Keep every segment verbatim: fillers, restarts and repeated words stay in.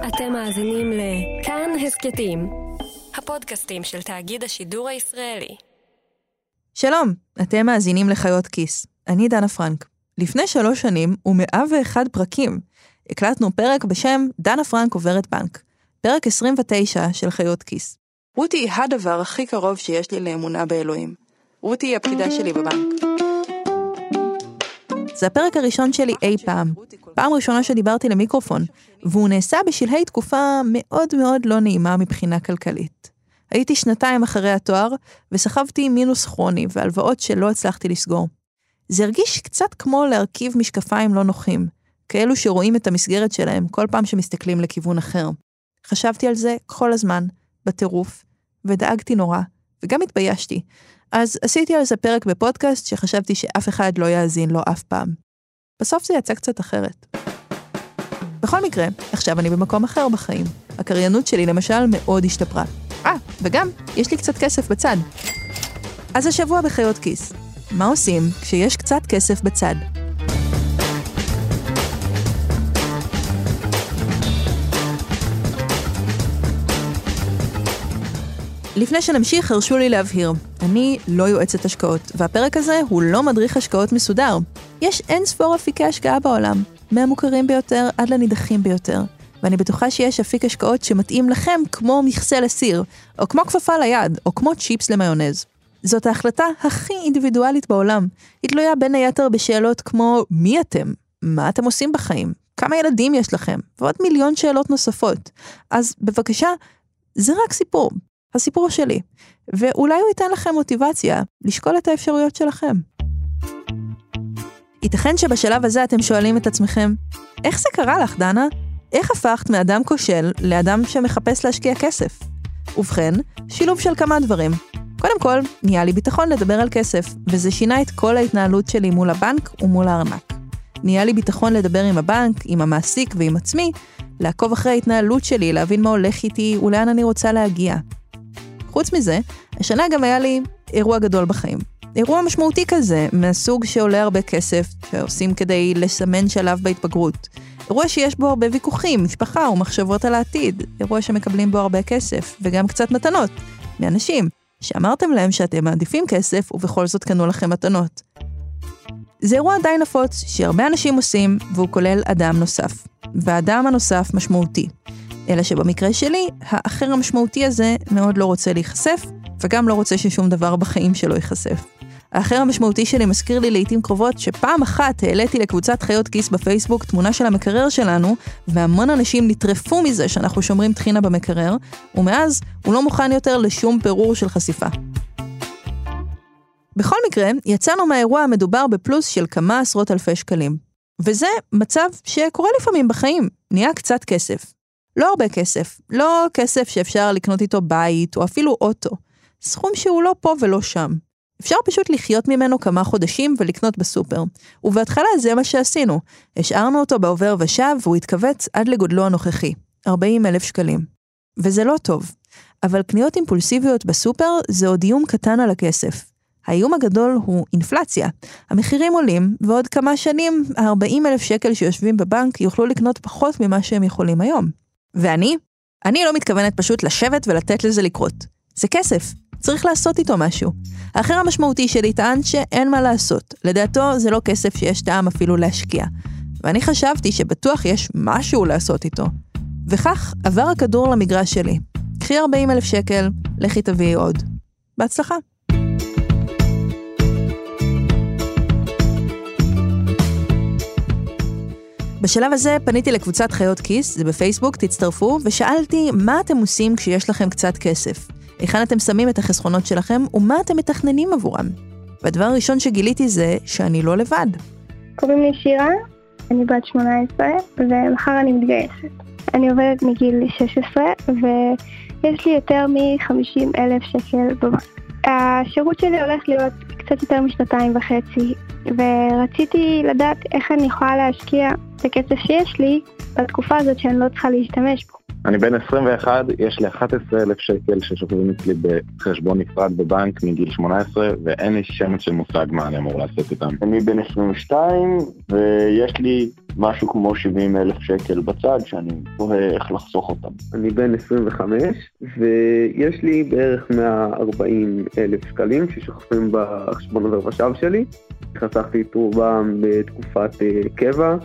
אתם מאזינים לכאן הסקטים, הפודקאסטים של תאגיד השידור הישראלי. שלום, אתם מאזינים לחיות כיס. אני דנה פרנק. לפני שלוש שנים ומאה ואחד פרקים, הקלטנו פרק בשם דנה פרנק עוברת בנק, פרק עשרים ותשע של חיות כיס. רותי היא הדבר הכי קרוב שיש לי לאמונה באלוהים. רותי היא הפקידה שלי בבנק. זה הפרק הראשון שלי אי פעם, פעם ראשונה שדיברתי למיקרופון, והוא נעשה בשלהי תקופה מאוד מאוד לא נעימה מבחינה כלכלית. הייתי שנתיים אחרי התואר, וסחבתי מינוס כרוני והלוואות שלא הצלחתי לסגור. זה הרגיש קצת כמו להרכיב משקפיים לא נוחים, כאלו שרואים את המסגרת שלהם כל פעם שמסתכלים לכיוון אחר. חשבתי על זה כל הזמן, בטירוף, ודאגתי נורא, וגם התביישתי. אז עשיתי על זה פרק בפודקאסט שחשבתי שאף אחד לא יאזין לו אף פעם. בסוף זה יצא קצת אחרת. בכל מקרה, עכשיו אני במקום אחר בחיים. הקריינות שלי למשל מאוד השתפרה. אה, וגם, יש לי קצת כסף בצד. אז השבוע בחיות כיס. מה עושים כשיש קצת כסף בצד? לפני שנמשיך, הרשו לי להבהיר. אני לא יועצת השקעות, והפרק הזה הוא לא מדריך השקעות מסודר. יש אין ספור אפיקי השקעה בעולם, מהמוכרים ביותר עד לנידחים ביותר. ואני בטוחה שיש אפיק השקעות שמתאים לכם כמו מכסה לסיר, או כמו כפפה ליד, או כמו צ'יפס למיונז. זאת ההחלטה הכי אינדיבידואלית בעולם. היא תלויה בין היתר בשאלות כמו מי אתם? מה אתם עושים בחיים? כמה ילדים יש לכם? ועוד מיליון שאלות נוספות. אז בבקשה, זה רק סיפור. הסיפור שלי. ואולי הוא ייתן לכם מוטיבציה לשקול את האפשרויות שלכם. ייתכן שבשלב הזה אתם שואלים את עצמכם, איך זה קרה לך, דנה? איך הפכת מאדם כושל לאדם שמחפש להשקיע כסף? ובכן, שילוב של כמה דברים. קודם כל, נהיה לי ביטחון לדבר על כסף, וזה שינה את כל ההתנהלות שלי מול הבנק ומול הארנק. נהיה לי ביטחון לדבר עם הבנק, עם המעסיק ועם עצמי, לעקוב אחרי ההתנהלות שלי, להבין מה הולך איתי ולאן אני רוצה להגיע. חוץ מזה, השנה גם היה לי אירוע גדול בחיים. אירוע משמעותי כזה, מהסוג שעולה הרבה כסף, שעושים כדי לסמן שלב בהתבגרות. אירוע שיש בו הרבה ויכוחים, משפחה ומחשבות על העתיד. אירוע שמקבלים בו הרבה כסף, וגם קצת מתנות, מאנשים שאמרתם להם שאתם מעדיפים כסף, ובכל זאת קנו לכם מתנות. זה אירוע די נפוץ, שהרבה אנשים עושים, והוא כולל אדם נוסף. והאדם הנוסף משמעותי. אלא שבמקרה שלי, האחר המשמעותי הזה מאוד לא רוצה להיחשף, וגם לא רוצה ששום דבר בחיים שלו ייחשף. האחר המשמעותי שלי מזכיר לי לעתים קרובות שפעם אחת העליתי לקבוצת חיות כיס בפייסבוק תמונה של המקרר שלנו, והמון אנשים נטרפו מזה שאנחנו שומרים תחינה במקרר, ומאז הוא לא מוכן יותר לשום פירור של חשיפה. בכל מקרה, יצאנו מהאירוע המדובר בפלוס של כמה עשרות אלפי שקלים. וזה מצב שקורה לפעמים בחיים, נהיה קצת כסף. לא הרבה כסף, לא כסף שאפשר לקנות איתו בית או אפילו אוטו. סכום שהוא לא פה ולא שם. אפשר פשוט לחיות ממנו כמה חודשים ולקנות בסופר. ובהתחלה זה מה שעשינו. השארנו אותו בעובר ושב והוא התכווץ עד לגודלו הנוכחי, ארבעים אלף שקלים. וזה לא טוב. אבל קניות אימפולסיביות בסופר זה עוד איום קטן על הכסף. האיום הגדול הוא אינפלציה. המחירים עולים, ועוד כמה שנים, ה-ארבעים אלף שקל שיושבים בבנק יוכלו לקנות פחות ממה שהם יכולים היום. ואני? אני לא מתכוונת פשוט לשבת ולתת לזה לקרות. זה כסף. צריך לעשות איתו משהו. האחר המשמעותי שלי טען שאין מה לעשות. לדעתו זה לא כסף שיש טעם אפילו להשקיע. ואני חשבתי שבטוח יש משהו לעשות איתו. וכך עבר הכדור למגרש שלי. קחי ארבעים אלף שקל, לכי תביאי עוד. בהצלחה. בשלב הזה פניתי לקבוצת חיות כיס, זה בפייסבוק, תצטרפו, ושאלתי מה אתם עושים כשיש לכם קצת כסף. היכן אתם שמים את החסכונות שלכם, ומה אתם מתכננים עבורם. והדבר הראשון שגיליתי זה שאני לא לבד. קוראים לי שירה, אני בת שמונה עשרה, ומחר אני מתגייסת. אני עובדת מגיל שש עשרה, ויש לי יותר מ-חמישים אלף שקל בבנק. השירות שלי הולך להיות קצת יותר משנתיים וחצי, ורציתי לדעת איך אני יכולה להשקיע את הכסף שיש לי בתקופה הזאת שאני לא צריכה להשתמש בו. אני בן עשרים ואחת, יש לי אחת עשרה אלף שקל ששוכבים אצלי בחשבון נפרד בבנק מגיל שמונה עשרה, ואין לי שמץ של מושג מה אני אמור לעשות איתם. אני בן עשרים ושתיים, ויש לי משהו כמו שבעים אלף שקל בצד, שאני רואה איך לחסוך אותם. אני בן עשרים וחמש, ויש לי בערך מאה וארבעים אלף שקלים ששוכבים בחשבון הדרבשב שלי. חסכתי את רובם בתקופת קבע,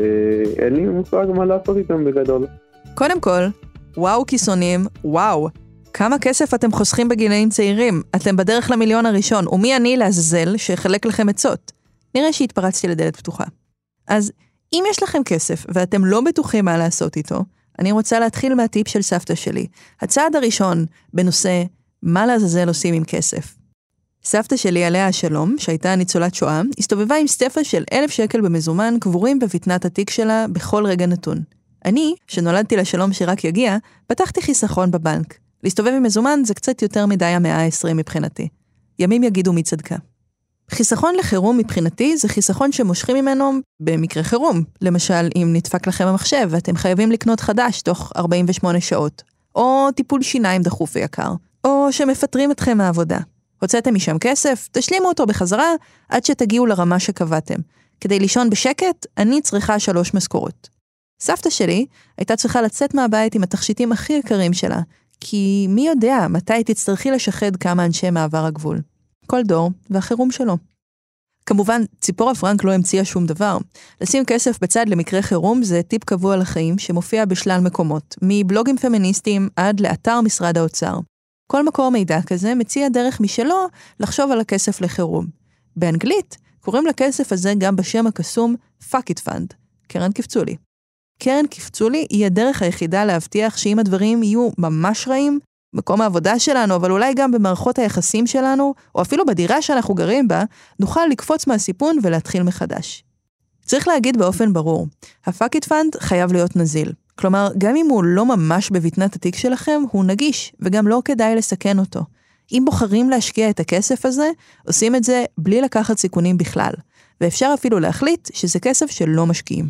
ואין לי מושג מה לעשות איתם בגדול. קודם כל, וואו כיסונים, וואו. כמה כסף אתם חוסכים בגילאים צעירים? אתם בדרך למיליון הראשון, ומי אני לעזאזל שיחלק לכם עצות? נראה שהתפרצתי לדלת פתוחה. אז אם יש לכם כסף ואתם לא בטוחים מה לעשות איתו, אני רוצה להתחיל מהטיפ של סבתא שלי. הצעד הראשון בנושא מה לעזאזל עושים עם כסף. סבתא שלי עליה השלום, שהייתה ניצולת שואה, הסתובבה עם סטפה של אלף שקל במזומן קבורים בבטנת התיק שלה בכל רגע נתון. אני, שנולדתי לשלום שרק יגיע, פתחתי חיסכון בבנק. להסתובב עם מזומן זה קצת יותר מדי המאה ה-עשרים מבחינתי. ימים יגידו מי צדקה. חיסכון לחירום מבחינתי זה חיסכון שמושכים ממנו במקרה חירום. למשל, אם נדפק לכם המחשב ואתם חייבים לקנות חדש תוך ארבעים ושמונה שעות, או טיפול שיניים דחוף ויקר, או שמפטרים אתכם מהעבודה. הוצאתם משם כסף, תשלימו אותו בחזרה עד שתגיעו לרמה שקבעתם. כדי לישון בשקט, אני צריכה שלוש משכורות. סבתא שלי הייתה צריכה לצאת מהבית עם התכשיטים הכי יקרים שלה, כי מי יודע מתי תצטרכי לשחד כמה אנשי מעבר הגבול. כל דור והחירום שלו. כמובן, ציפורה פרנק לא המציאה שום דבר. לשים כסף בצד למקרה חירום זה טיפ קבוע לחיים שמופיע בשלל מקומות, מבלוגים פמיניסטיים עד לאתר משרד האוצר. כל מקור מידע כזה מציע דרך משלו לחשוב על הכסף לחירום. באנגלית קוראים לכסף הזה גם בשם הקסום Fuck It Fund, קרן קפצולי. קרן קפצולי היא הדרך היחידה להבטיח שאם הדברים יהיו ממש רעים, מקום העבודה שלנו, אבל אולי גם במערכות היחסים שלנו, או אפילו בדירה שאנחנו גרים בה, נוכל לקפוץ מהסיפון ולהתחיל מחדש. צריך להגיד באופן ברור, ה-Fuck It Fund חייב להיות נזיל. כלומר, גם אם הוא לא ממש בבטנת התיק שלכם, הוא נגיש, וגם לא כדאי לסכן אותו. אם בוחרים להשקיע את הכסף הזה, עושים את זה בלי לקחת סיכונים בכלל, ואפשר אפילו להחליט שזה כסף שלא משקיעים.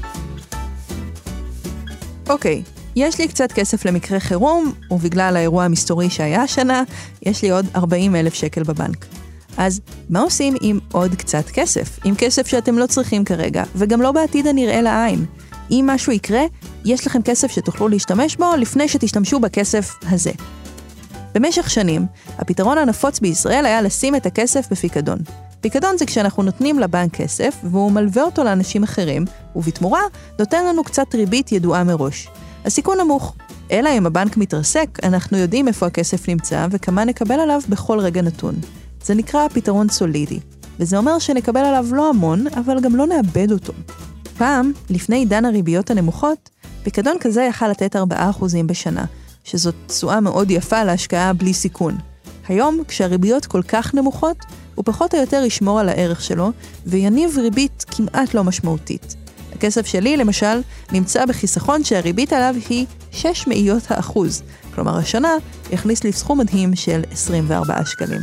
אוקיי, יש לי קצת כסף למקרה חירום, ובגלל האירוע המסתורי שהיה השנה, יש לי עוד ארבעים אלף שקל בבנק. אז מה עושים עם עוד קצת כסף? עם כסף שאתם לא צריכים כרגע, וגם לא בעתיד הנראה לעין. אם משהו יקרה, יש לכם כסף שתוכלו להשתמש בו לפני שתשתמשו בכסף הזה. במשך שנים, הפתרון הנפוץ בישראל היה לשים את הכסף בפיקדון. פיקדון זה כשאנחנו נותנים לבנק כסף, והוא מלווה אותו לאנשים אחרים, ובתמורה נותן לנו קצת ריבית ידועה מראש. הסיכון נמוך. אלא אם הבנק מתרסק, אנחנו יודעים איפה הכסף נמצא, וכמה נקבל עליו בכל רגע נתון. זה נקרא פתרון סולידי, וזה אומר שנקבל עליו לא המון, אבל גם לא נאבד אותו. פעם, לפני עידן הריביות הנמוכות, פיקדון כזה יכל לתת ארבעה אחוזים בשנה, שזאת תשואה מאוד יפה להשקעה בלי סיכון. היום, כשהריביות כל כך נמוכות, הוא פחות או יותר ישמור על הערך שלו, ויניב ריבית כמעט לא משמעותית. הכסף שלי, למשל, נמצא בחיסכון שהריבית עליו היא שש מאיות האחוז, כלומר השנה יכניס לי סכום מדהים של עשרים וארבעה שקלים.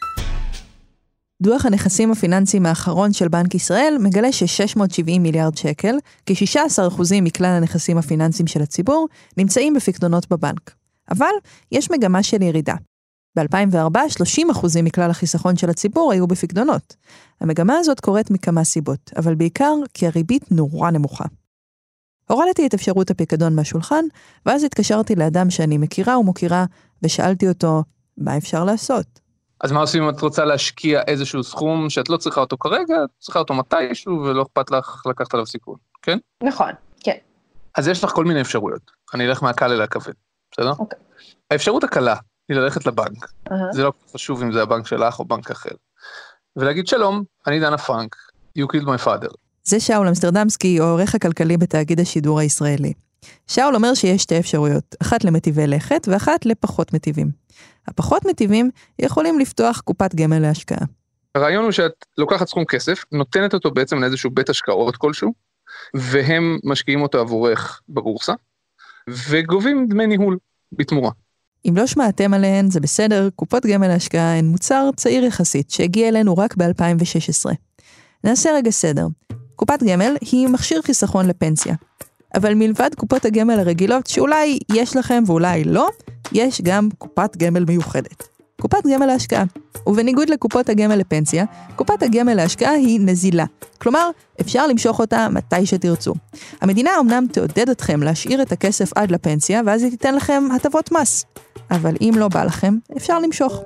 דוח הנכסים הפיננסיים האחרון של בנק ישראל מגלה ש-שש מאות שבעים מיליארד שקל, כ-שישה עשר אחוזים מכלל הנכסים הפיננסיים של הציבור, נמצאים בפיקדונות בבנק. אבל יש מגמה של ירידה. ב-אלפיים וארבע, שלושים אחוזים מכלל החיסכון של הציבור היו בפיקדונות. המגמה הזאת קורית מכמה סיבות, אבל בעיקר כי הריבית נורא נמוכה. הורדתי את אפשרות הפיקדון מהשולחן, ואז התקשרתי לאדם שאני מכירה ומוכירה, ושאלתי אותו, מה אפשר לעשות? אז מה עושים אם את רוצה להשקיע איזשהו סכום שאת לא צריכה אותו כרגע, את צריכה אותו מתישהו ולא אכפת לך לקחת עליו סיכון, כן? נכון, כן. אז יש לך כל מיני אפשרויות. אני אלך מהקל אל הכבד, בסדר? אוקיי. האפשרות הקלה היא ללכת לבנק. Uh-huh. זה לא חשוב אם זה הבנק שלך או בנק אחר. ולהגיד שלום, אני דנה פרנק, you killed my father. זה שאול אמסטרדמסקי, או העורך הכלכלי בתאגיד השידור הישראלי. שאול אומר שיש שתי אפשרויות, אחת למטיבי לכת ואחת לפחות מטיבים. הפחות מטיבים יכולים לפתוח קופת גמל להשקעה. הרעיון הוא שאת לוקחת סכום כסף, נותנת אותו בעצם לאיזשהו בית השקעות כלשהו, והם משקיעים אותו עבורך בבורסה, וגובים דמי ניהול בתמורה. אם לא שמעתם עליהן, זה בסדר, קופות גמל להשקעה הן מוצר צעיר יחסית, שהגיע אלינו רק ב-אלפיים ושש עשרה. נעשה רגע סדר. קופת גמל היא מכשיר חיסכון לפנסיה. אבל מלבד קופות הגמל הרגילות, שאולי יש לכם ואולי לא, יש גם קופת גמל מיוחדת. קופת גמל להשקעה. ובניגוד לקופות הגמל לפנסיה, קופת הגמל להשקעה היא נזילה. כלומר, אפשר למשוך אותה מתי שתרצו. המדינה אומנם תעודד אתכם להשאיר את הכסף עד לפנסיה, ואז היא תיתן לכם הטבות מס. אבל אם לא בא לכם, אפשר למשוך.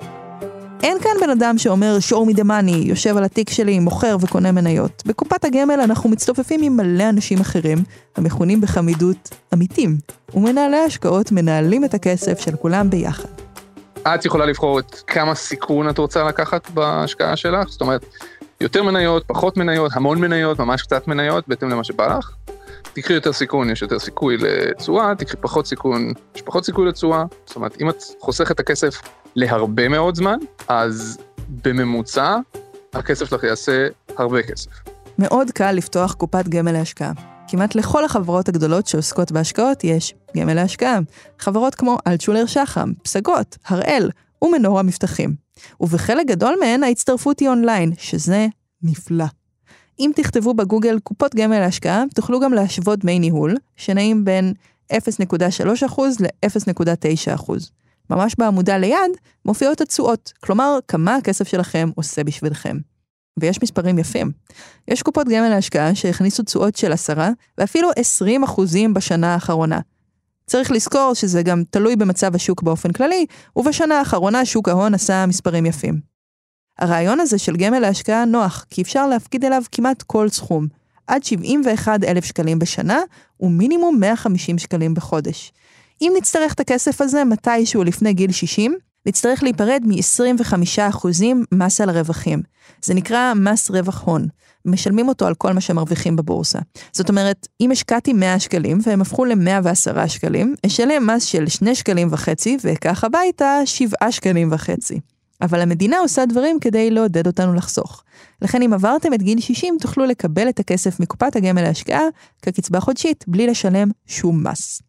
אין כאן בן אדם שאומר show me the money, יושב על התיק שלי, מוכר וקונה מניות. בקופת הגמל אנחנו מצטופפים עם מלא אנשים אחרים, המכונים בחמידות עמיתים, ומנהלי השקעות מנהלים את הכסף של כולם ביחד. את יכולה לבחור את כמה סיכון את רוצה לקחת בהשקעה שלך, זאת אומרת, יותר מניות, פחות מניות, המון מניות, ממש קצת מניות, בהתאם למה שבא לך. תקחי יותר סיכון, יש יותר סיכוי לתשואה, תקחי פחות סיכון, יש פחות סיכוי לתשואה. זאת אומרת, אם את חוסכת את הכסף להרבה מאוד זמן, אז בממוצע, הכסף לך יעשה הרבה כסף. מאוד קל לפתוח קופת גמל להשקעה. כמעט לכל החברות הגדולות שעוסקות בהשקעות יש גמל להשקעה. חברות כמו אלטשולר שחם, פסגות, הראל ומנורה מבטחים. ובחלק גדול מהן ההצטרפות היא אונליין, שזה נפלא. אם תכתבו בגוגל קופות גמל להשקעה, תוכלו גם להשוות דמי ניהול, שנעים בין אפס נקודה שלוש אחוז ל-אפס נקודה תשע אחוז. ממש בעמודה ליד מופיעות התשואות, כלומר כמה הכסף שלכם עושה בשבילכם. ויש מספרים יפים. יש קופות גמל להשקעה שהכניסו תשואות של עשרה, ואפילו עשרים אחוזים בשנה האחרונה. צריך לזכור שזה גם תלוי במצב השוק באופן כללי, ובשנה האחרונה שוק ההון עשה מספרים יפים. הרעיון הזה של גמל להשקעה נוח, כי אפשר להפקיד אליו כמעט כל סכום, עד שבעים ואחד אלף שקלים בשנה, ומינימום מאה וחמישים שקלים בחודש. אם נצטרך את הכסף הזה מתישהו לפני גיל שישים, נצטרך להיפרד מ-עשרים וחמישה אחוזים מס על הרווחים. זה נקרא מס רווח הון. משלמים אותו על כל מה שמרוויחים בבורסה. זאת אומרת, אם השקעתי מאה שקלים והם הפכו ל-מאה ועשרה שקלים, אשלם מס של שני שקלים וחצי, וכך הביתה שבעה שקלים וחצי. אבל המדינה עושה דברים כדי לעודד אותנו לחסוך. לכן אם עברתם את גיל שישים, תוכלו לקבל את הכסף מקופת הגמל להשקעה כקצבה חודשית, בלי לשלם שום מס.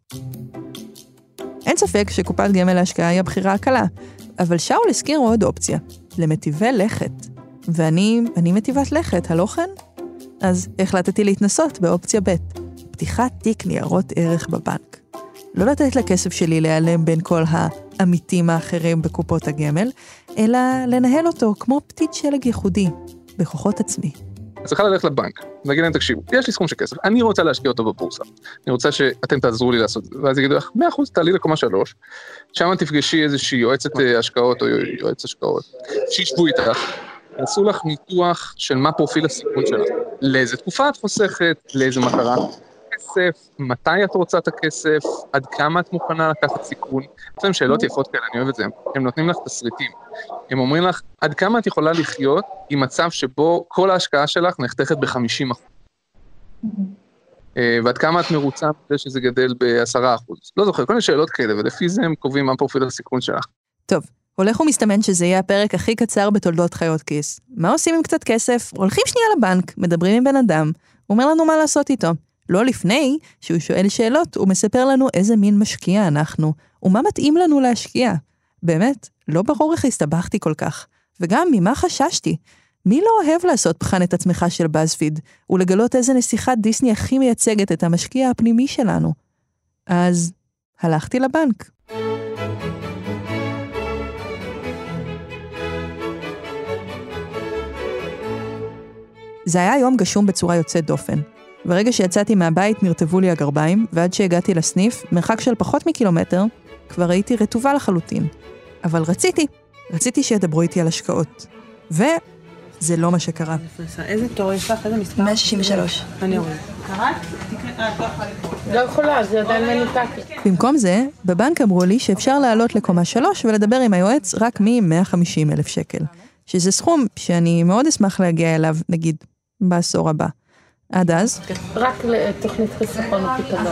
אין ספק שקופת גמל להשקעה היא הבחירה הקלה, אבל שאול הזכיר עוד אופציה, למטיבי לכת. ואני, אני מטיבת לכת, הלא כן? אז החלטתי להתנסות באופציה ב', פתיחת תיק ניירות ערך בבנק. לא לתת לכסף שלי להיעלם בין כל העמיתים האחרים בקופות הגמל, אלא לנהל אותו כמו פתית שלג ייחודי, בכוחות עצמי. צריכה ללכת לבנק, נגיד להם תקשיבו, יש לי סכום של כסף, אני רוצה להשקיע אותו בבורסה, אני רוצה שאתם תעזרו לי לעשות את זה, ואז יגידו לך, מאה אחוז תעלי לקומה שלוש, שם תפגשי איזושהי יועצת השקעות או יועץ השקעות, שישבו איתך, יעשו לך ניתוח של מה פרופיל הסיכון שלך, לאיזה תקופה את חוסכת, לאיזה מטרה כסף, מתי את רוצה את הכסף, עד כמה את מוכנה לקחת סיכון, בעצם שאלות יפות כאלה, אני אוהב את זה, הם נותנים לך תסריטים, הם אומרים לך, עד כמה את יכולה לחיות עם מצב שבו כל ההשקעה שלך נחתכת ב-חמישים אחוז, ועד כמה את מרוצה בזה שזה גדל ב-עשרה אחוז, לא זוכר, כל מיני שאלות כאלה, ולפי זה הם קובעים מה פרופיל הסיכון שלך. טוב. הולך ומסתמן שזה יהיה הפרק הכי קצר בתולדות חיות כיס. מה עושים עם קצת כסף? הולכים שנייה לבנק, מדברים עם בן אדם, הוא אומר לנו מה לעשות איתו. לא לפני שהוא שואל שאלות, הוא מספר לנו איזה מין משקיע אנחנו, ומה מתאים לנו להשקיע. באמת, לא ברור איך הסתבכתי כל כך. וגם ממה חששתי? מי לא אוהב לעשות בחן את עצמך של בזפיד, ולגלות איזה נסיכת דיסני הכי מייצגת את המשקיע הפנימי שלנו? אז הלכתי לבנק. זה היה יום גשום בצורה יוצאת דופן. ברגע שיצאתי מהבית נרטבו לי הגרביים, ועד שהגעתי לסניף, מרחק של פחות מקילומטר, כבר הייתי רטובה לחלוטין. אבל רציתי, רציתי שידברו איתי על השקעות. וזה לא מה שקרה. איזה תור יש לך? איזה מספר? מאה שישים ושלוש. אני רואה. קראת? לא יכולה, זה עדיין מנותק. במקום זה, בבנק אמרו לי שאפשר לעלות לקומה שלוש ולדבר עם היועץ רק מ-מאה וחמישים אלף שקל. שזה סכום שאני מאוד אשמח להגיע אליו, נגיד, בעשור הבא. עד אז? רק לתוכנית חיסכון ופתרון.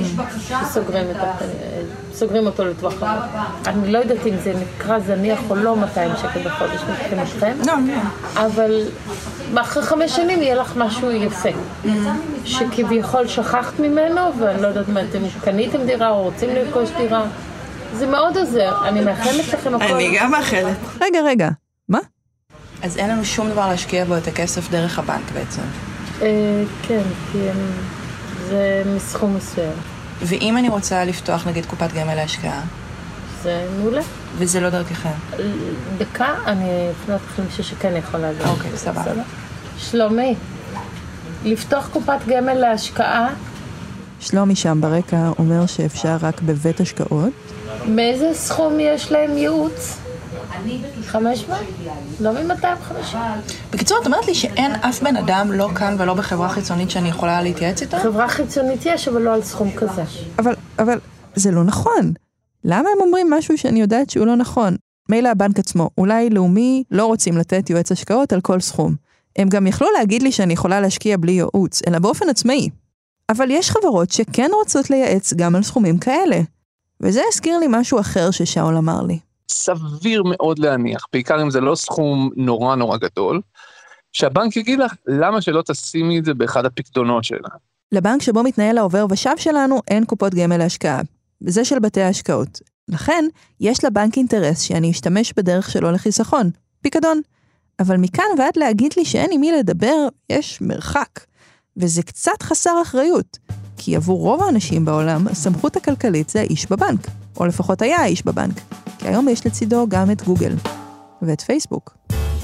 סוגרים אותו לטווח הבא. אני לא יודעת אם זה נקרא זניח או לא מאתיים שקל בחודש מבחינתכם. לא, לא. אבל אחרי חמש שנים יהיה לך משהו יפה. שכביכול שכחת ממנו, ואני לא יודעת מה אתם קניתם דירה או רוצים לרכוש דירה. זה מאוד עוזר. אני מאחלת לכם הכל. אני גם מאחלת. רגע, רגע. מה? אז אין לנו שום דבר להשקיע בו את הכסף דרך הבנק בעצם. כן, כי זה מסכום מסוים. ואם אני רוצה לפתוח נגיד קופת גמל להשקעה? זה מעולה. וזה לא דרככם? דקה, אני אפנה אותך למישהו שכן יכול לעזור. אוקיי, סבבה. שלומי, לפתוח קופת גמל להשקעה? שלומי שם ברקע אומר שאפשר רק בבית השקעות. מאיזה סכום יש להם ייעוץ? חמש מאות? לא מ-מאתיים וחמישים. בקיצור, את אומרת לי שאין אף בן אדם, לא כאן ולא בחברה חיצונית שאני יכולה להתייעץ איתה? חברה חיצונית יש, אבל לא על סכום כזה. אבל, אבל זה לא נכון. למה הם אומרים משהו שאני יודעת שהוא לא נכון? מילא הבנק עצמו, אולי לאומי לא רוצים לתת יועץ השקעות על כל סכום. הם גם יכלו להגיד לי שאני יכולה להשקיע בלי ייעוץ, אלא באופן עצמאי. אבל יש חברות שכן רוצות לייעץ גם על סכומים כאלה. וזה הזכיר לי משהו אחר ששאול אמר לי. סביר מאוד להניח, בעיקר אם זה לא סכום נורא נורא גדול, שהבנק יגיד לך למה שלא תשימי את זה באחד הפקדונות שלה. לבנק שבו מתנהל העובר ושב שלנו אין קופות גמל להשקעה. וזה של בתי ההשקעות. לכן, יש לבנק אינטרס שאני אשתמש בדרך שלו לחיסכון, פיקדון. אבל מכאן ועד להגיד לי שאין עם מי לדבר, יש מרחק. וזה קצת חסר אחריות. כי עבור רוב האנשים בעולם, הסמכות הכלכלית זה האיש בבנק. או לפחות היה האיש בבנק. כי היום יש לצידו גם את גוגל. ואת פייסבוק.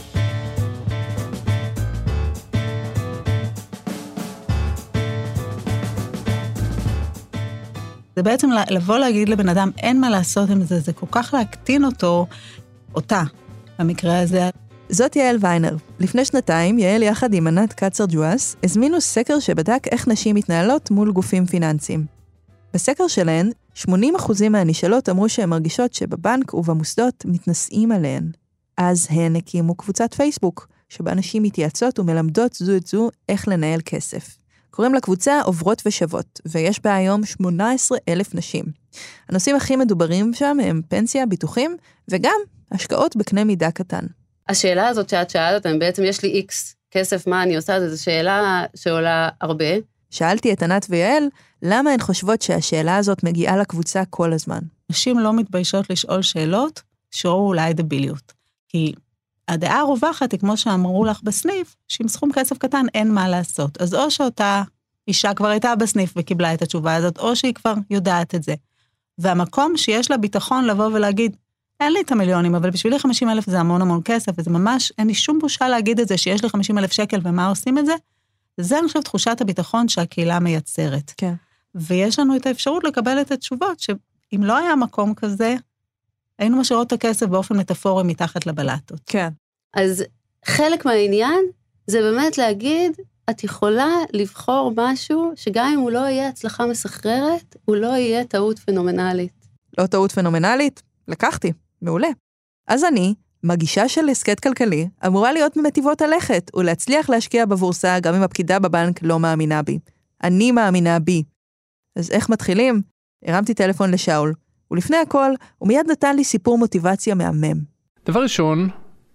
זה בעצם לבוא להגיד לבן אדם, אין מה לעשות עם זה, זה כל כך להקטין אותו, אותה, במקרה הזה. זאת יעל ויינר. לפני שנתיים, יעל יחד עם ענת קצר ג'ואס, הזמינו סקר שבדק איך נשים מתנהלות מול גופים פיננסיים. בסקר שלהן, שמונים אחוז מהנשאלות אמרו שהן מרגישות שבבנק ובמוסדות מתנשאים עליהן. אז הן הקימו קבוצת פייסבוק, שבה נשים מתייעצות ומלמדות זו את זו איך לנהל כסף. קוראים לקבוצה עוברות ושוות, ויש בה היום שמונה עשרה אלף נשים. הנושאים הכי מדוברים שם הם פנסיה, ביטוחים, וגם השקעות בקנה מידה קטן. השאלה הזאת שאת שאלת, בעצם יש לי איקס כסף, מה אני עושה? זו שאלה שעולה הרבה. שאלתי את ענת ויעל, למה הן חושבות שהשאלה הזאת מגיעה לקבוצה כל הזמן? נשים לא מתביישות לשאול שאלות, שראו אולי דביליות. כי הדעה הרווחת היא כמו שאמרו לך בסניף, שעם סכום כסף קטן אין מה לעשות. אז או שאותה אישה כבר הייתה בסניף וקיבלה את התשובה הזאת, או שהיא כבר יודעת את זה. והמקום שיש לה ביטחון לבוא ולהגיד, אין לי את המיליונים, אבל בשבילי חמישים אלף זה המון המון כסף, וזה ממש, אין לי שום בושה להגיד את זה, שיש לי חמישים אלף שקל ומה עושים את זה, זה אני חושב תחושת הביטחון שהקהילה מייצרת. כן. ויש לנו את האפשרות לקבל את התשובות, שאם לא היה מקום כזה, היינו משאירות את הכסף באופן מטאפורי מתחת לבלטות. כן. אז חלק מהעניין זה באמת להגיד, את יכולה לבחור משהו שגם אם הוא לא יהיה הצלחה מסחררת, הוא לא יהיה טעות פנומנלית. לא טעות פנומנלית? לקחתי. מעולה. אז אני, מגישה של הסקט כלכלי, אמורה להיות ממטיבות הלכת, ולהצליח להשקיע בבורסה גם אם הפקידה בבנק לא מאמינה בי. אני מאמינה בי. אז איך מתחילים? הרמתי טלפון לשאול, ולפני הכל, הוא מיד נתן לי סיפור מוטיבציה מהמם. דבר ראשון,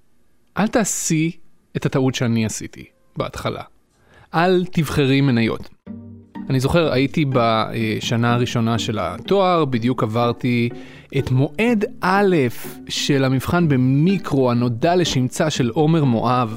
אל תעשי את הטעות שאני עשיתי בהתחלה. אל תבחרי מניות. אני זוכר, הייתי בשנה הראשונה של התואר, בדיוק עברתי את מועד א' של המבחן במיקרו, הנודע לשמצה של עומר מואב,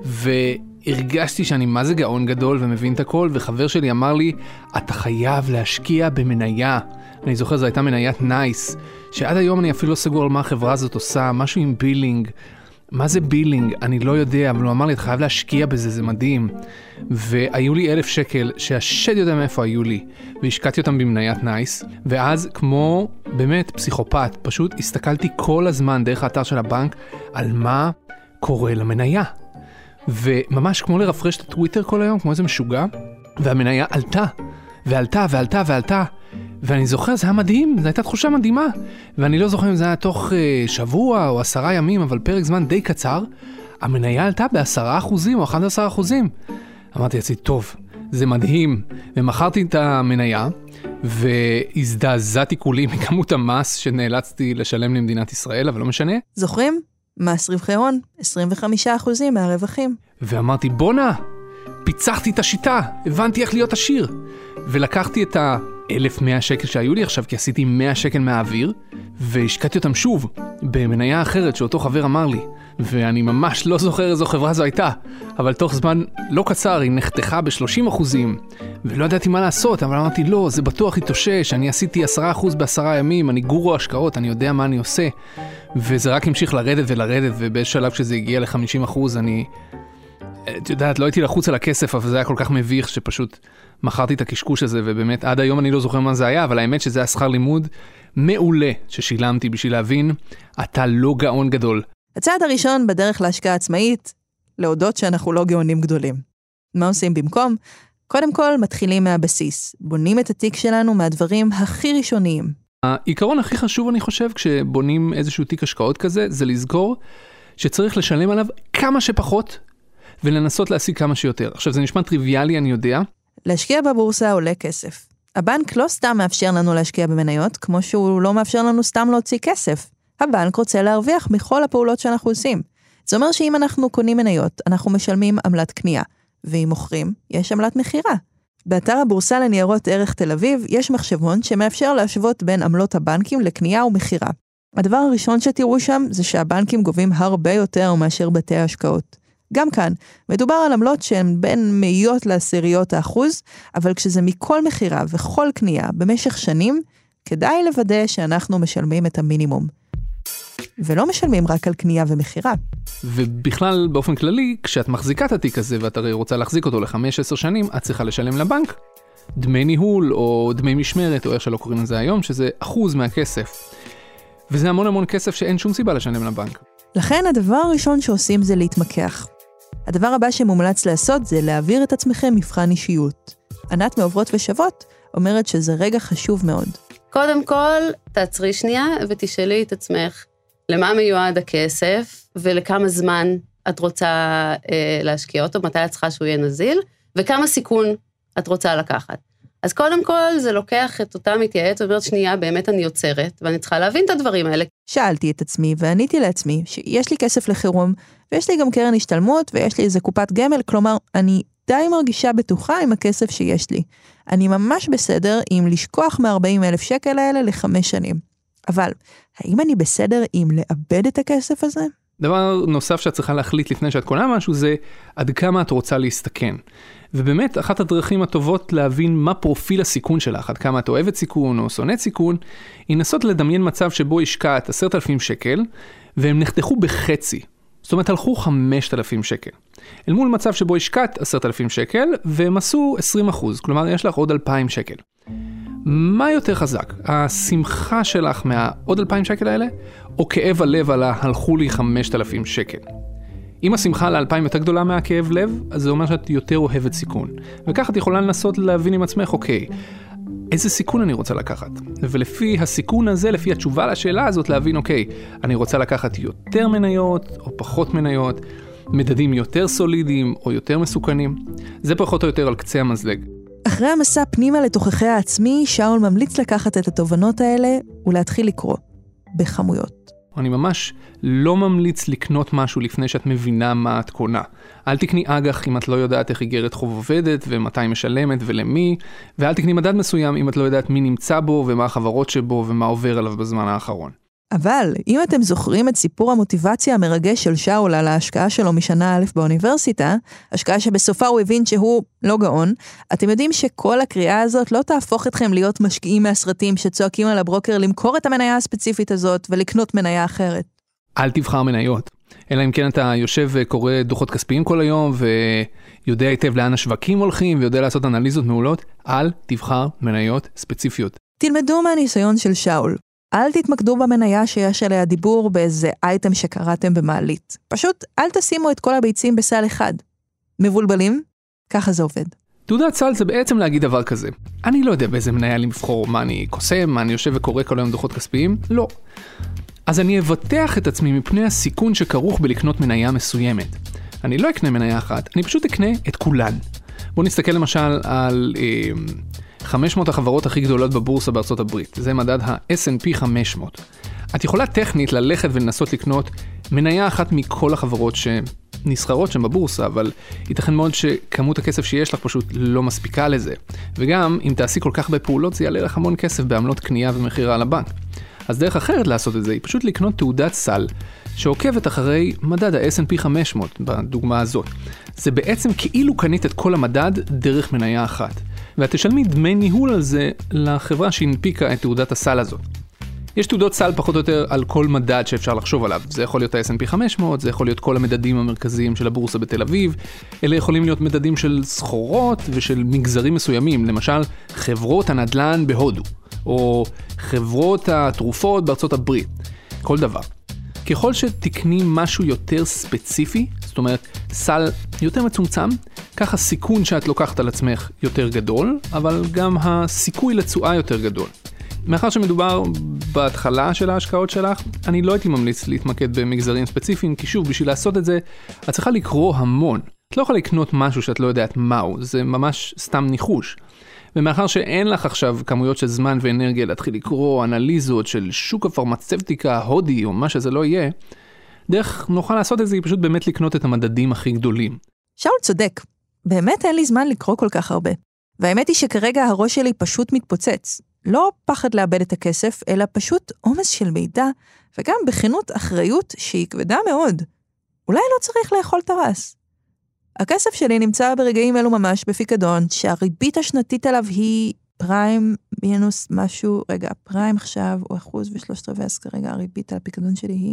והרגשתי שאני מה זה גאון גדול ומבין את הכל, וחבר שלי אמר לי, אתה חייב להשקיע במניה. אני זוכר, זו הייתה מניית נייס, שעד היום אני אפילו לא סגור על מה החברה הזאת עושה, משהו עם בילינג. מה זה בילינג? אני לא יודע, אבל הוא אמר לי, אתה חייב להשקיע בזה, זה מדהים. והיו לי אלף שקל, שהשד יודע מאיפה היו לי, והשקעתי אותם במניית נייס, ואז כמו באמת פסיכופת, פשוט הסתכלתי כל הזמן דרך האתר של הבנק, על מה קורה למניה. וממש כמו לרפרש את הטוויטר כל היום, כמו איזה משוגע, והמניה עלתה, ועלתה, ועלתה, ועלתה. ואני זוכר, זה היה מדהים, זו הייתה תחושה מדהימה. ואני לא זוכר אם זה היה תוך uh, שבוע או עשרה ימים, אבל פרק זמן די קצר, המניה עלתה בעשרה אחוזים או אחד עשר אחוזים. אמרתי לעצמי, טוב, זה מדהים. ומכרתי את המניה, והזדעזעתי כולי מכמות המס שנאלצתי לשלם למדינת ישראל, אבל לא משנה. זוכרים? מס רווחי הון, עשרים וחמישה אחוזים מהרווחים. ואמרתי, בונה, פיצחתי את השיטה, הבנתי איך להיות עשיר. ולקחתי את ה-אלף ומאה שקל שהיו לי עכשיו, כי עשיתי מאה שקל מהאוויר, והשקעתי אותם שוב, במניה אחרת שאותו חבר אמר לי. ואני ממש לא זוכר איזו חברה זו הייתה, אבל תוך זמן לא קצר היא נחתכה ב-שלושים אחוזים, ולא ידעתי מה לעשות, אבל אמרתי, לא, זה בטוח יתאושש, אני עשיתי עשרה אחוז בעשרה ימים, אני גורו השקעות, אני יודע מה אני עושה, וזה רק המשיך לרדת ולרדת, ובאיזשהו שלב כשזה הגיע ל-חמישים אחוז, אני, את יודעת, לא הייתי לחוץ על הכסף, אבל זה היה כל כך מביך שפשוט מכרתי את הקשקוש הזה, ובאמת עד היום אני לא זוכר מה זה היה, אבל האמת שזה היה שכר לימוד מעולה ששילמתי בשביל להבין, אתה לא גאון גדול. הצעד הראשון בדרך להשקעה עצמאית, להודות שאנחנו לא גאונים גדולים. מה עושים במקום? קודם כל מתחילים מהבסיס, בונים את התיק שלנו מהדברים הכי ראשוניים. העיקרון הכי חשוב אני חושב כשבונים איזשהו תיק השקעות כזה, זה לזכור שצריך לשלם עליו כמה שפחות, ולנסות להשיג כמה שיותר. עכשיו זה נשמע טריוויאלי, אני יודע. להשקיע בבורסה עולה כסף. הבנק לא סתם מאפשר לנו להשקיע במניות, כמו שהוא לא מאפשר לנו סתם להוציא כסף. הבנק רוצה להרוויח מכל הפעולות שאנחנו עושים. זה אומר שאם אנחנו קונים מניות, אנחנו משלמים עמלת קנייה, ואם מוכרים, יש עמלת מחירה. באתר הבורסה לניירות ערך תל אביב, יש מחשבון שמאפשר להשוות בין עמלות הבנקים לקנייה ומחירה. הדבר הראשון שתראו שם, זה שהבנקים גובים הרבה יותר מאשר בתי ההשקעות. גם כאן, מדובר על עמלות שהן בין מאיות לעשיריות האחוז, אבל כשזה מכל מחירה וכל קנייה במשך שנים, כדאי לוודא שאנחנו משלמים את המינימום. ולא משלמים רק על קנייה ומחירה. ובכלל, באופן כללי, כשאת מחזיקה את התיק הזה, ואת הרי רוצה להחזיק אותו ל-חמש עשרה שנים, את צריכה לשלם לבנק דמי ניהול, או דמי משמרת, או איך שלא קוראים לזה היום, שזה אחוז מהכסף. וזה המון המון כסף שאין שום סיבה לשלם לבנק. לכן הדבר הראשון שעושים זה להתמקח. הדבר הבא שמומלץ לעשות זה להעביר את עצמכם מבחן אישיות. ענת מעוברות ושוות אומרת שזה רגע חשוב מאוד. קודם כל, תעצרי שנייה ותשאלי את עצמך למה מיועד הכסף ולכמה זמן את רוצה אה, להשקיע אותו, מתי את צריכה שהוא יהיה נזיל, וכמה סיכון את רוצה לקחת. אז קודם כל זה לוקח את אותה מתייעץ ואומרת שנייה, באמת אני יוצרת, ואני צריכה להבין את הדברים האלה. שאלתי את עצמי ועניתי לעצמי שיש לי כסף לחירום, ויש לי גם קרן השתלמות, ויש לי איזה קופת גמל, כלומר, אני די מרגישה בטוחה עם הכסף שיש לי. אני ממש בסדר עם לשכוח מ-ארבעים אלף שקל האלה לחמש שנים. אבל, האם אני בסדר עם לאבד את הכסף הזה? דבר נוסף שאת צריכה להחליט לפני שאת קונה משהו זה עד כמה את רוצה להסתכן. ובאמת, אחת הדרכים הטובות להבין מה פרופיל הסיכון שלך, עד כמה את אוהבת סיכון או שונאת סיכון, היא לנסות לדמיין מצב שבו השקעת עשרת אלפים שקל, והם נחתכו בחצי. זאת אומרת, הלכו חמשת אלפים שקל. אל מול מצב שבו השקעת עשרת אלפים שקל, והם עשו עשרים אחוז, כלומר, יש לך עוד אלפיים שקל. מה יותר חזק? השמחה שלך מהעוד אלפיים שקל האלה, או כאב הלב על הלכו לי חמשת אלפים שקל? אם השמחה על האלפיים יותר גדולה מהכאב לב, אז זה אומר שאת יותר אוהבת סיכון. וכך את יכולה לנסות להבין עם עצמך, אוקיי, איזה סיכון אני רוצה לקחת? ולפי הסיכון הזה, לפי התשובה לשאלה הזאת, להבין, אוקיי, אני רוצה לקחת יותר מניות או פחות מניות, מדדים יותר סולידיים או יותר מסוכנים. זה פחות או יותר על קצה המזלג. אחרי המסע פנימה לתוכחי העצמי, שאול ממליץ לקחת את התובנות האלה ולהתחיל לקרוא בכמויות. אני ממש לא ממליץ לקנות משהו לפני שאת מבינה מה את קונה. אל תקני אג"ח אם את לא יודעת איך איגרת חוב עובדת ומתי משלמת ולמי, ואל תקני מדד מסוים אם את לא יודעת מי נמצא בו ומה החברות שבו ומה עובר עליו בזמן האחרון. אבל אם אתם זוכרים את סיפור המוטיבציה המרגש של שאול על ההשקעה שלו משנה א' באוניברסיטה, השקעה שבסופה הוא הבין שהוא לא גאון, אתם יודעים שכל הקריאה הזאת לא תהפוך אתכם להיות משקיעים מהסרטים שצועקים על הברוקר למכור את המניה הספציפית הזאת ולקנות מניה אחרת. אל תבחר מניות. אלא אם כן אתה יושב וקורא דוחות כספיים כל היום ויודע היטב לאן השווקים הולכים ויודע לעשות אנליזות מעולות, אל תבחר מניות ספציפיות. תלמדו מהניסיון של שאול. אל תתמקדו במניה שיש עליה דיבור באיזה אייטם שקראתם במעלית. פשוט אל תשימו את כל הביצים בסל אחד. מבולבלים? ככה זה עובד. תעודת סל זה בעצם להגיד דבר כזה. אני לא יודע באיזה מניה לבחור, מה אני קוסם, מה אני יושב וקורא כל היום דוחות כספיים? לא. אז אני אבטח את עצמי מפני הסיכון שכרוך בלקנות מניה מסוימת. אני לא אקנה מניה אחת, אני פשוט אקנה את כולן. בואו נסתכל למשל על אה, חמש מאות החברות הכי גדולות בבורסה בארצות הברית. זה מדד ה-אס אנד פי חמש מאות. את יכולה טכנית ללכת ולנסות לקנות מניה אחת מכל החברות שנסחרות שם בבורסה, אבל ייתכן מאוד שכמות הכסף שיש לך פשוט לא מספיקה לזה. וגם אם תעשי כל כך בפעולות זה יעלה לך המון כסף בעמלות קנייה ומחירה על הבנק. אז דרך אחרת לעשות את זה היא פשוט לקנות תעודת סל שעוקבת אחרי מדד ה-אס אנד פי חמש מאות בדוגמה הזאת. זה בעצם כאילו קנית את כל המדד דרך מניה אחת. ואת תשלמי דמי ניהול על זה לחברה שהנפיקה את תעודת הסל הזאת. יש תעודות סל פחות או יותר על כל מדד שאפשר לחשוב עליו. זה יכול להיות ה-אס אנד פי חמש מאות, זה יכול להיות כל המדדים המרכזיים של הבורסה בתל אביב. אלה יכולים להיות מדדים של סחורות ושל מגזרים מסוימים, למשל חברות הנדל"ן בהודו, או חברות התרופות בארצות הברית. כל דבר. ככל שתקני משהו יותר ספציפי, זאת אומרת סל יותר מצומצם, כך הסיכון שאת לוקחת על עצמך יותר גדול, אבל גם הסיכוי לתשואה יותר גדול. מאחר שמדובר בהתחלה של ההשקעות שלך, אני לא הייתי ממליץ להתמקד במגזרים ספציפיים, כי שוב, בשביל לעשות את זה, את צריכה לקרוא המון. את לא יכולה לקנות משהו שאת לא יודעת מהו, זה ממש סתם ניחוש. ומאחר שאין לך עכשיו כמויות של זמן ואנרגיה להתחיל לקרוא אנליזות של שוק הפרמצבטיקה ההודי או מה שזה לא יהיה, דרך נוכל לעשות את זה היא פשוט באמת לקנות את המדדים הכי גדולים. שאול צודק, באמת אין לי זמן לקרוא כל כך הרבה. והאמת היא שכרגע הראש שלי פשוט מתפוצץ. לא פחד לאבד את הכסף, אלא פשוט עומס של מידע, וגם בכנות אחריות שהיא כבדה מאוד. אולי לא צריך לאכול תרס. הכסף שלי נמצא ברגעים אלו ממש בפיקדון, שהריבית השנתית עליו היא פריים מינוס משהו, רגע, פריים עכשיו הוא אחוז ושלושת רבעי, אז כרגע הריבית על הפיקדון שלי היא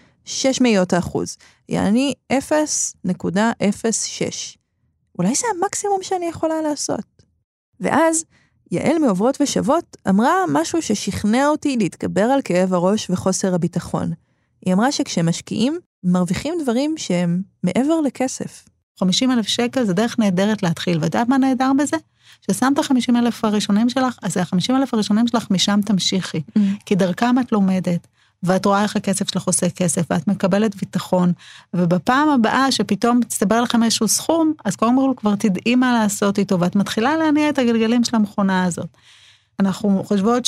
שש מאיות האחוז, יעני אפס נקודה אפס שש. אולי זה המקסימום שאני יכולה לעשות. ואז יעל מעוברות ושוות אמרה משהו ששכנע אותי להתגבר על כאב הראש וחוסר הביטחון. היא אמרה שכשמשקיעים, מרוויחים דברים שהם מעבר לכסף. חמישים אלף שקל זה דרך נהדרת להתחיל, ודעת מה נהדר בזה? ששמת חמישים אלף הראשונים שלך, אז ה-חמישים אלף הראשונים שלך משם תמשיכי, mm. כי דרכם את לומדת, ואת רואה איך הכסף שלך עושה כסף, ואת מקבלת ביטחון, ובפעם הבאה שפתאום תסתבר לכם איזשהו סכום, אז קודם כל כבר תדעי מה לעשות איתו, ואת מתחילה להניע את הגלגלים של המכונה הזאת. אנחנו חושבות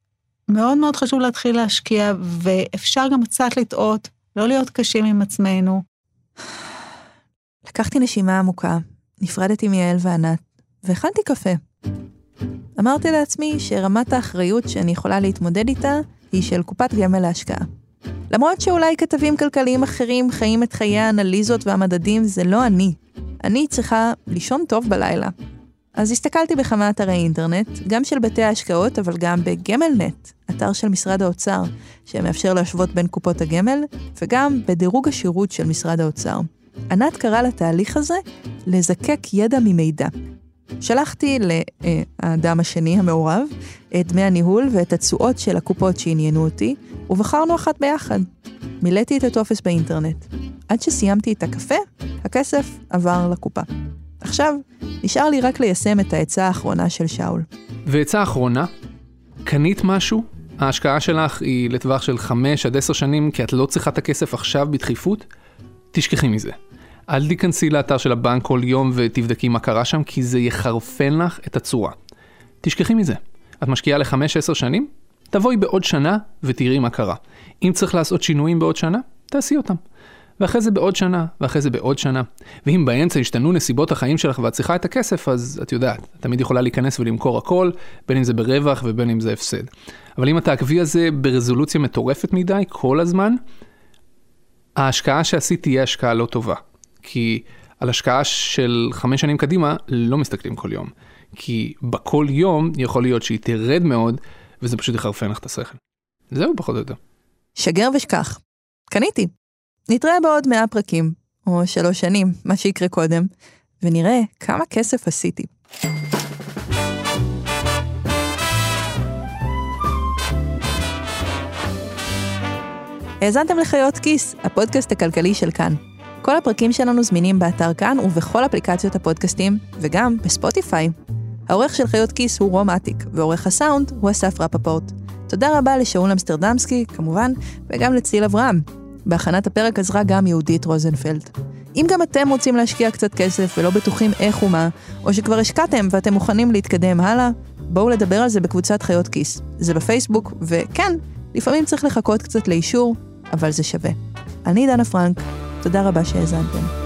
שמאוד מאוד חשוב להתחיל להשקיע, ואפשר גם קצת לטעות, לא להיות קשים עם עצמנו. לקחתי נשימה עמוקה, נפרדתי מיעל וענת, והכנתי קפה. אמרתי לעצמי שרמת האחריות שאני יכולה להתמודד איתה, היא של קופת גמל להשקעה. למרות שאולי כתבים כלכליים אחרים חיים את חיי האנליזות והמדדים, זה לא אני. אני צריכה לישון טוב בלילה. אז הסתכלתי בכמה אתרי אינטרנט, גם של בתי ההשקעות, אבל גם בגמל-נט, אתר של משרד האוצר, שמאפשר להשוות בין קופות הגמל, וגם בדירוג השירות של משרד האוצר. ענת קרא לתהליך הזה לזקק ידע ממידע. שלחתי לאדם השני המעורב את דמי הניהול ואת התשואות של הקופות שעניינו אותי, ובחרנו אחת ביחד. מילאתי את הטופס באינטרנט. עד שסיימתי את הקפה, הכסף עבר לקופה. עכשיו, נשאר לי רק ליישם את העצה האחרונה של שאול. ועצה האחרונה, קנית משהו? ההשקעה שלך היא לטווח של חמש עד עשר שנים, כי את לא צריכה את הכסף עכשיו בדחיפות? תשכחי מזה. אל תיכנסי לאתר של הבנק כל יום ותבדקי מה קרה שם, כי זה יחרפן לך את הצורה. תשכחי מזה. את משקיעה לחמש עשר שנים? תבואי בעוד שנה ותראי מה קרה. אם צריך לעשות שינויים בעוד שנה, תעשי אותם. ואחרי זה בעוד שנה, ואחרי זה בעוד שנה. ואם באמצע השתנו נסיבות החיים שלך ואת צריכה את הכסף, אז את יודעת, את תמיד יכולה להיכנס ולמכור הכל, בין אם זה ברווח ובין אם זה הפסד. אבל אם התעקבי הזה ברזולוציה מטורפת מדי כל הזמן, ההשקעה שעשית תהיה השקעה לא טובה. כי על השקעה של חמש שנים קדימה לא מסתכלים כל יום. כי בכל יום יכול להיות שהיא תרד מאוד, וזה פשוט יחרפן לך את השכל. זהו פחות או יותר. שגר ושכח. קניתי. נתראה בעוד מאה פרקים, או שלוש שנים, מה שיקרה קודם, ונראה כמה כסף עשיתי. האזנתם לחיות כיס, הפודקאסט הכלכלי של כאן. כל הפרקים שלנו זמינים באתר כאן ובכל אפליקציות הפודקאסטים, וגם בספוטיפיי. העורך של חיות כיס הוא רום עתיק, ועורך הסאונד הוא אסף רפפורט. תודה רבה לשאול אמסטרדמסקי, כמובן, וגם לציל אברהם. בהכנת הפרק עזרה גם יהודית רוזנפלד. אם גם אתם רוצים להשקיע קצת כסף ולא בטוחים איך ומה, או שכבר השקעתם ואתם מוכנים להתקדם הלאה, בואו לדבר על זה בקבוצת חיות כיס. זה בפייסבוק, וכן, לפעמים צריך לחכות קצת לאישור, אבל זה שווה. אני דנה פרנק, תודה רבה שהאזנתם.